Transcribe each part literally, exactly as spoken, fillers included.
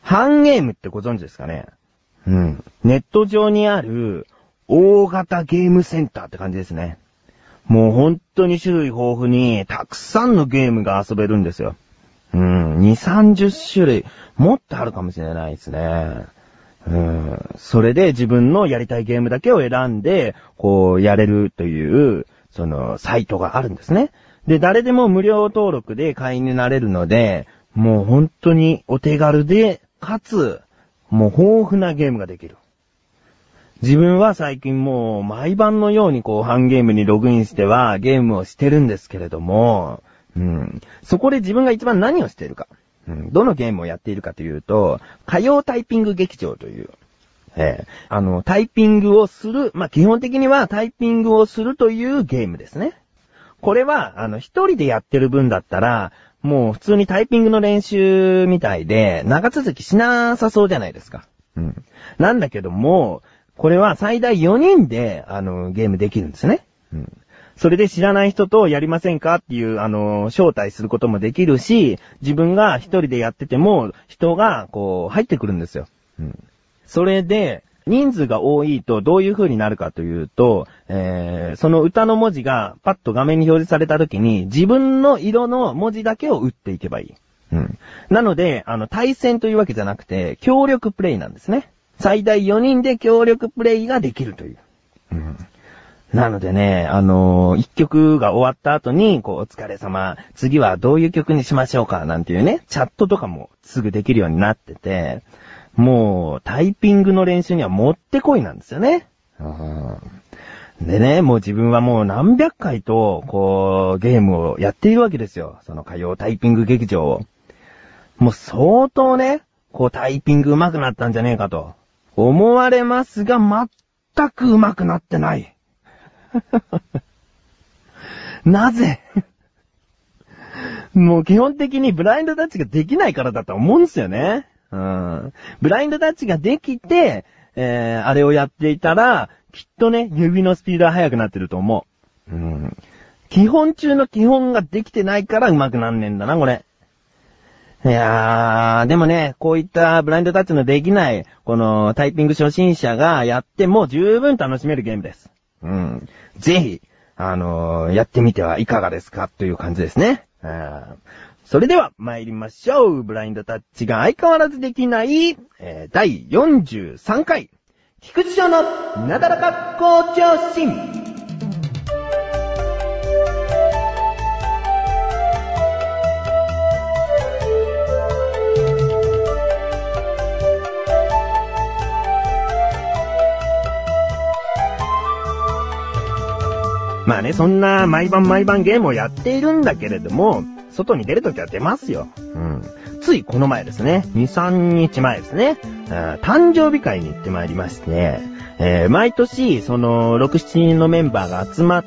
ハンゲームってご存知ですかね？うん。ネット上にある大型ゲームセンターって感じですね。もう本当に種類豊富にたくさんのゲームが遊べるんですよ。うん。に、さんじゅっしゅるい。もっとあるかもしれないですね。うん。それで自分のやりたいゲームだけを選んで、こうやれるという、そのサイトがあるんですね。で、誰でも無料登録で会員になれるので、もう本当にお手軽で、かつ、もう豊富なゲームができる。自分は最近もう毎晩のようにこうハンゲームにログインしてはゲームをしてるんですけれども、うん、そこで自分が一番何をしているか、うん、どのゲームをやっているかというと、火曜タイピング劇場という、えー、あの、タイピングをする、まあ、基本的にはタイピングをするというゲームですね。これは、あの、一人でやってる分だったら、もう普通にタイピングの練習みたいで、長続きしなさそうじゃないですか。うん。なんだけども、これは最大よにんで、あの、ゲームできるんですね。うん。それで知らない人とやりませんかっていう、あの、招待することもできるし、自分が一人でやってても、人が、こう、入ってくるんですよ。うん。それで、人数が多いとどういう風になるかというと、えー、その歌の文字がパッと画面に表示された時に、自分の色の文字だけを打っていけばいい。うん。なので、あの、対戦というわけじゃなくて、協力プレイなんですね。最大よにんで協力プレイができるという。うん。なのでね、あのー、一曲が終わった後に、こう、お疲れ様、次はどういう曲にしましょうか、なんていうね、チャットとかもすぐできるようになってて、もう、タイピングの練習にはもってこいなんですよね。でね、もう自分はもう何百回と、こう、ゲームをやっているわけですよ。その火曜タイピング劇場を。もう相当ね、こうタイピング上手くなったんじゃねえかと思われますが、全く上手くなってない。なぜもう基本的にブラインドタッチができないからだと思うんですよね。うん。ブラインドタッチができて、えー、あれをやっていたら、きっとね、指のスピードは速くなってると思う。うん。基本中の基本ができてないから上手くなんねえんだな、これ。いやー、でもね、こういったブラインドタッチのできない、このタイピング初心者がやっても十分楽しめるゲームです。うん。ぜひ、あのー、やってみてはいかがですかという感じですね。それでは参りましょう。ブラインドタッチが相変わらずできない、えー、だいよんじゅうさんかい、菊池城のなだらか向上心。まあね、そんな毎晩毎晩ゲームをやっているんだけれども、外に出るときは出ますよ。うん。ついこの前ですね、に、さんにちまえですね、誕生日会に行ってまいりまして、えー、毎年、その、ろく、しちにんのメンバーが集まって、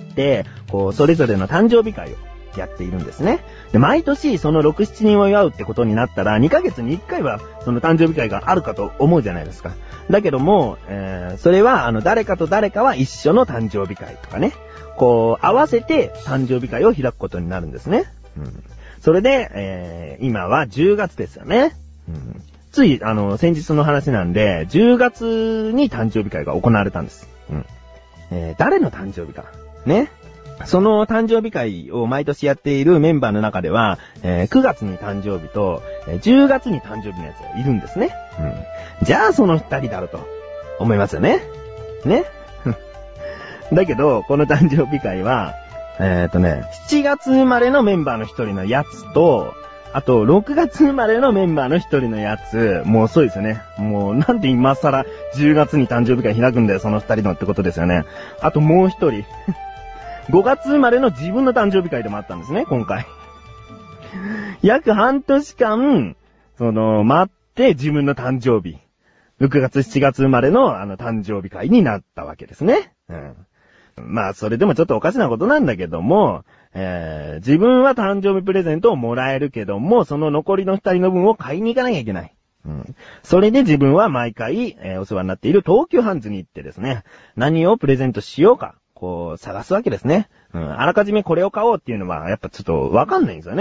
こう、それぞれの誕生日会をやっているんですね。で、毎年、そのろく、しちにんを祝うってことになったら、にかげつにいっかいは、その誕生日会があるかと思うじゃないですか。だけども、えー、それは、あの、誰かと誰かは一緒の誕生日会とかね。こう、合わせて誕生日会を開くことになるんですね。うん。それで、えー、今はじゅうがつですよね。うん。つい、あの、先日の話なんで、じゅうがつに誕生日会が行われたんです。うん。えー、誰の誕生日か。ね。その誕生日会を毎年やっているメンバーの中では、えー、くがつに誕生日と、えー、じゅうがつに誕生日のやつがいるんですね。うん。じゃあその二人だろうと思いますよね。ね。だけど、この誕生日会は、えっとね、しちがつ生まれのメンバーの一人のやつと、あと、ろくがつ生まれのメンバーの一人のやつ、もう遅いですよね。もう、なんで今更じゅうがつに誕生日会開くんだよ、その二人のってことですよね。あともう一人。ごがつ生まれの自分の誕生日会でもあったんですね、今回。約半年間、その、待って自分の誕生日。ろくがつ、しちがつ生まれのあの誕生日会になったわけですね。うん。まあ、それでもちょっとおかしなことなんだけども、えー、自分は誕生日プレゼントをもらえるけども、その残りの二人の分を買いに行かなきゃいけない。うん。それで自分は毎回、えー、お世話になっている東急ハンズに行ってですね、何をプレゼントしようか、こう、探すわけですね。うん。あらかじめこれを買おうっていうのは、やっぱちょっとわかんないんですよね。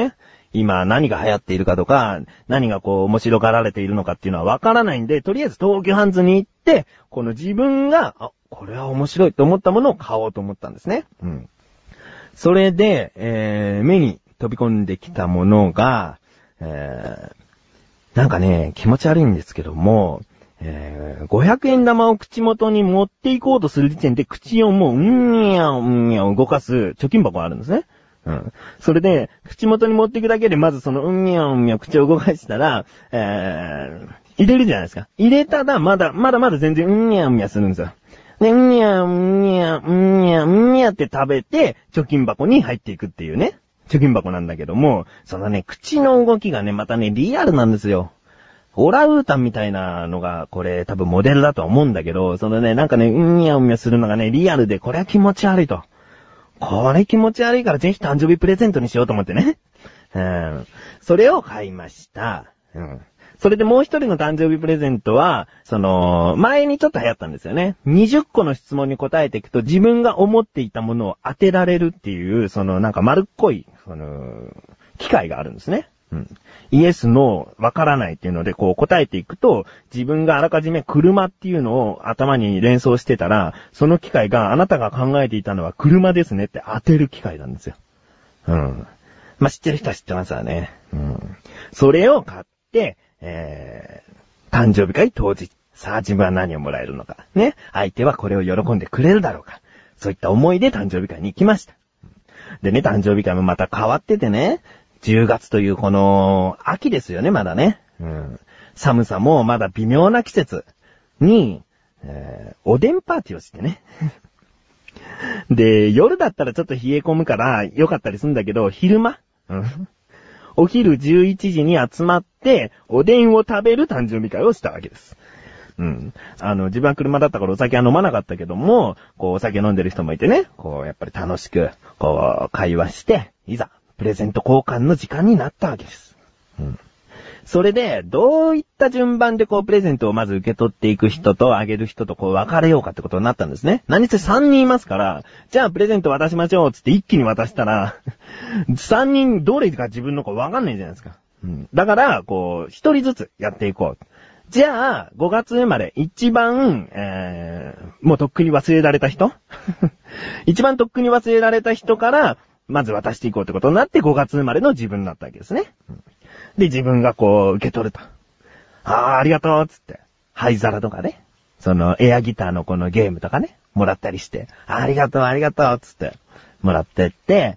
今何が流行っているかとか、何がこう面白がられているのかっていうのはわからないんで、とりあえず東急ハンズに行って、この自分が、あ、これは面白いと思ったものを買おうと思ったんですね。うん。それで、えー、目に飛び込んできたものが、えー、なんかね、気持ち悪いんですけども、えー、ごひゃくえん玉を口元に持っていこうとする時点で口をもう、うんにゃうんにゃ動かす貯金箱があるんですね。うん。それで、口元に持っていくだけで、まずその、うんにゃうんにゃ口を動かしたら、えー、入れるじゃないですか。入れたら、まだ、まだまだ全然うんにゃうんにゃするんですよ。で、うんにゃうんにゃうんにゃうんにゃって食べて、貯金箱に入っていくっていうね。貯金箱なんだけども、そのね、口の動きがね、またね、リアルなんですよ。オランウータンみたいなのが、これ多分モデルだと思うんだけど、そのね、なんかね、うんにゃうんにゃするのがね、リアルで、これは気持ち悪いと。これ気持ち悪いからぜひ誕生日プレゼントにしようと思ってね。うん。それを買いました。うん。それでもう一人の誕生日プレゼントは、その、前にちょっと流行ったんですよね。にじゅっこの質問に答えていくと自分が思っていたものを当てられるっていう、そのなんか丸っこい、その、機械があるんですね。うん。イエス、ノー、わからないっていうので、こう答えていくと、自分があらかじめ車っていうのを頭に連想してたら、その機械があなたが考えていたのは車ですねって当てる機械なんですよ。うん。まあ、知ってる人は知ってますわね。うん。それを買って、えー、誕生日会当日。さあ自分は何をもらえるのか。ね。相手はこれを喜んでくれるだろうか。そういった思いで誕生日会に行きました。でね、誕生日会もまた変わっててね、じゅうがつというこの秋ですよね、まだね。うん。寒さもまだ微妙な季節に、えー、おでんパーティーをしてね。で、夜だったらちょっと冷え込むから良かったりするんだけど、昼間、うん、お昼じゅういちじに集まって、おでんを食べる誕生日会をしたわけです。うん。あの、自分は車だったからお酒は飲まなかったけども、こう、お酒飲んでる人もいてね、こう、やっぱり楽しく、こう、会話して、いざ、プレゼント交換の時間になったわけです。うん。それで、どういった順番でこう、プレゼントをまず受け取っていく人とあげる人とこう、分かれようかってことになったんですね。何せさんにんいますから、じゃあプレゼント渡しましょうつって一気に渡したら、さんにんどれか自分の子分かんないじゃないですか。うん。だから、こう、ひとりずつやっていこう。じゃあ、ごがつ生まれ、一番、えー、もうとっくに忘れられた人一番とっくに忘れられた人から、まず渡していこうってことになってごがつ生まれの自分になったわけですね。うん、で、自分がこう、受け取ると。ああ、ありがとうつって。灰皿とかね。その、エアギターのこのゲームとかね。もらったりして。ありがとう、ありがとうつって。もらってって、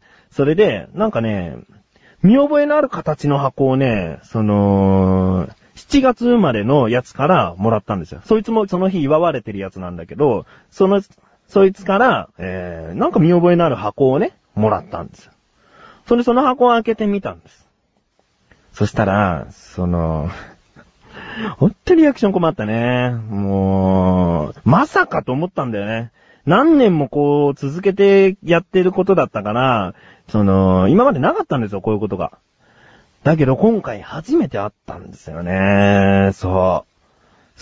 それで、なんかね、見覚えのある形の箱をね、その、しちがつ生まれのやつからもらったんですよ。そいつもその日祝われてるやつなんだけど、その、そいつから、えー、なんか見覚えのある箱をね、もらったんですよ。それでその箱を開けてみたんです。そしたら、その、本当にリアクション困ったね。もう、まさかと思ったんだよね。何年もこう、続けてやってることだったから、その、今までなかったんですよ、こういうことが。だけど今回初めて会ったんですよね。そう。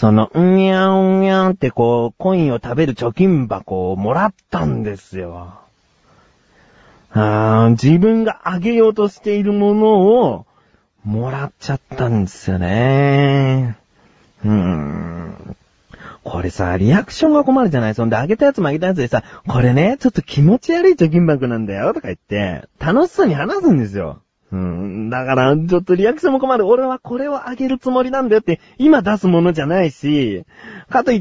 その、うんにゃんうんにゃんってこう、コインを食べる貯金箱をもらったんですよ。あー、自分があげようとしているものを、もらっちゃったんですよね。うーん。これさ、リアクションが困るじゃない？そんで、あげたやつもあげたやつでさ、これね、ちょっと気持ち悪い貯金箱なんだよ、とか言って、楽しそうに話すんですよ。うん。だから、ちょっとリアクションも困る。俺はこれをあげるつもりなんだよって、今出すものじゃないし、かといって、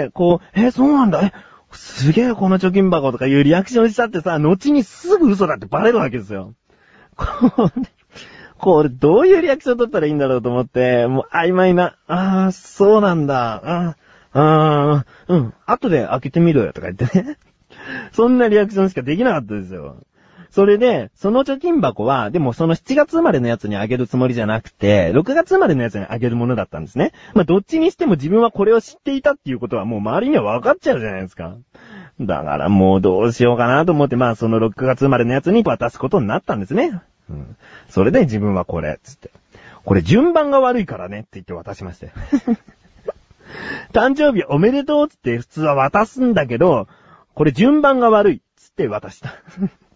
こう、え、そうなんだ、え、すげえこの貯金箱とかいうリアクションしちゃってさ、後にすぐ嘘だってバレるわけですよ。これ、これどういうリアクション取ったらいいんだろうと思って、もう曖昧な、あー、そうなんだ、あー、あー、うん、後で開けてみろよとか言ってね。そんなリアクションしかできなかったですよ。それで、その貯金箱は、でもそのしちがつ生まれのやつにあげるつもりじゃなくて、ろくがつ生まれのやつにあげるものだったんですね。まあ、どっちにしても自分はこれを知っていたっていうことはもう周りには分かっちゃうじゃないですか。だからもうどうしようかなと思って、まあそのろくがつ生まれのやつに渡すことになったんですね。うん。それで自分はこれ、つって。これ順番が悪いからねって言って渡しましたよ。誕生日おめでとうつって普通は渡すんだけど、これ順番が悪い、つって渡した。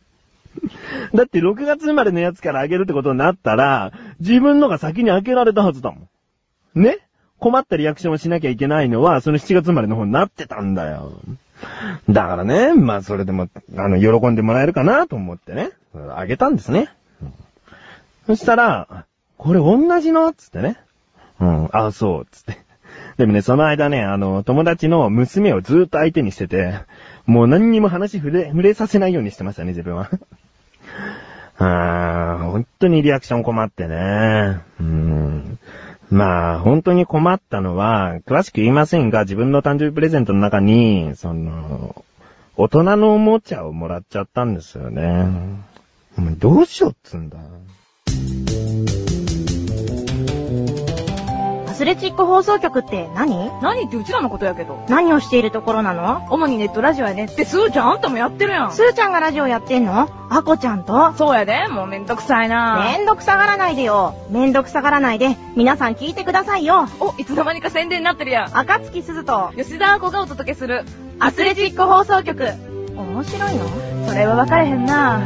だってろくがつ生まれのやつからあげるってことになったら、自分のが先に開けられたはずだもん。ね？困ったリアクションをしなきゃいけないのは、そのしちがつ生まれの方になってたんだよ。だからね、まあそれでも、あの、喜んでもらえるかなと思ってね、あげたんですね。そしたら、これ同じのつってね。うん、あ、そう、つって。でもね、その間ね、あの、友達の娘をずーっと相手にしてて、もう何にも話触れ、触れさせないようにしてましたね、自分は。あー、本当にリアクション困ってね。うん。まあ、本当に困ったのは、詳しく言いませんが、自分の誕生日プレゼントの中に、その、大人のおもちゃをもらっちゃったんですよね。もうどうしようっつんだ。 アスレチック放送局って何？ 何ってうちらのことやけど。 何をしているところなの？ 主にネットラジオやねって、スーちゃんあんたもやってるやん。 スーちゃんがラジオやってんの？アコちゃんと？ そうやで、もうめんどくさいな。 めんどくさがらないでよ。めんどくさがらないで、皆さん聞いてくださいよ。 お、いつの間にか宣伝になってるやん。 赤月鈴と吉田アコがお届けするアスレチック放送局。面白いの？ それは分かれへんな。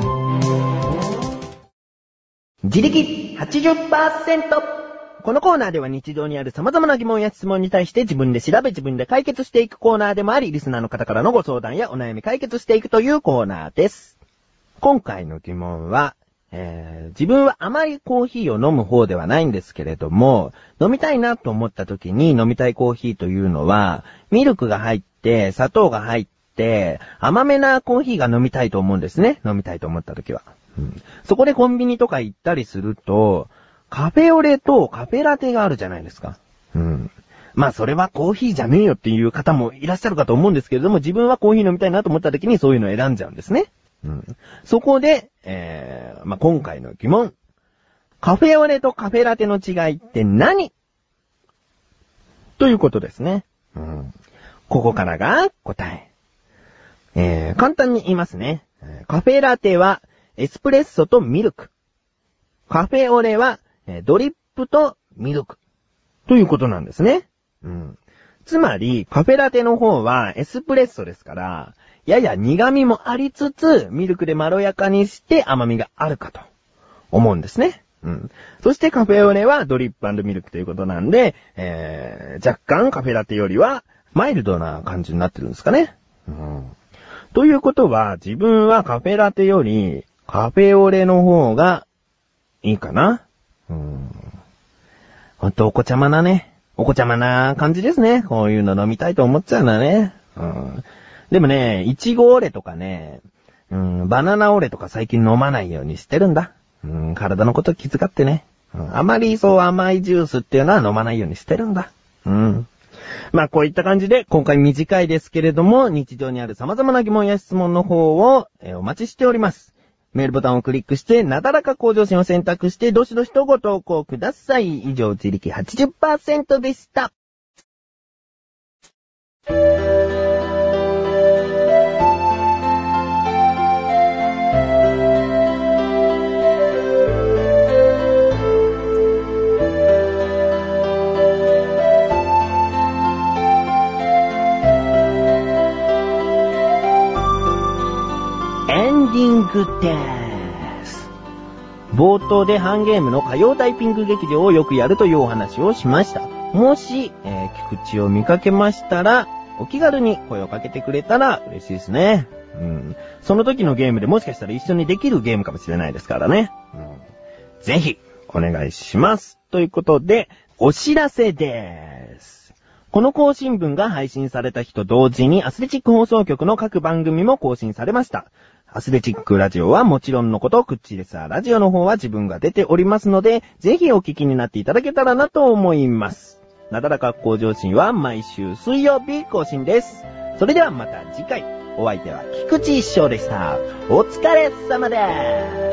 自力 はちじゅっパーセント。このコーナーでは日常にある様々な疑問や質問に対して自分で調べ自分で解決していくコーナーでもあり、リスナーの方からのご相談やお悩み解決していくというコーナーです。今回の疑問は、えー、自分はあまりコーヒーを飲む方ではないんですけれども、飲みたいなと思った時に飲みたいコーヒーというのは、ミルクが入って、砂糖が入って、甘めなコーヒーが飲みたいと思うんですね。飲みたいと思った時は。うん、そこでコンビニとか行ったりすると、カフェオレとカフェラテがあるじゃないですか。うん。まあそれはコーヒーじゃねえよっていう方もいらっしゃるかと思うんですけれども、自分はコーヒー飲みたいなと思った時にそういうのを選んじゃうんですね。うん。そこで、えー、まあ今回の疑問。カフェオレとカフェラテの違いって何？ということですね。うん。ここからが答え。えー、簡単に言いますね。カフェラテはエスプレッソとミルク。カフェオレはドリップとミルク。ということなんですね。うん。つまり、カフェラテの方はエスプレッソですから、やや苦味もありつつ、ミルクでまろやかにして甘みがあるかと思うんですね。うん。そしてカフェオレはドリップ&ミルクということなんで、えー、若干カフェラテよりはマイルドな感じになってるんですかね。うん。ということは、自分はカフェラテよりカフェオレの方がいいかな。うん。ほんとお子ちゃまなね。お子ちゃまな感じですね。こういうの飲みたいと思っちゃうんだね。うん。でもね、いちごオレとかね、うん、バナナオレとか最近飲まないようにしてるんだ。うん、体のこと気遣ってね。うん、あまりそう甘いジュースっていうのは飲まないようにしてるんだ。うん。まあこういった感じで今回短いですけれども日常にある様々な疑問や質問の方を、えー、お待ちしております。メールボタンをクリックしてなだらか向上心を選択してどしどしとご投稿ください。以上自力 はちじゅっパーセント でした。エンディングです。冒頭でハンゲームの歌謡タイピング劇場をよくやるというお話をしました。もし、えー、菊池を見かけましたら、お気軽に声をかけてくれたら嬉しいですね。うん。その時のゲームでもしかしたら一緒にできるゲームかもしれないですからね。うん、ぜひ、お願いします。ということで、お知らせです。この更新分が配信された日と同時にアスレチック放送局の各番組も更新されました。アスレチックラジオはもちろんのこと、クッチレスラジオの方は自分が出ておりますので、ぜひお聞きになっていただけたらなと思います。なだらか向上心は毎週水曜日更新です。それではまた次回、お相手は菊池一生でした。お疲れ様です。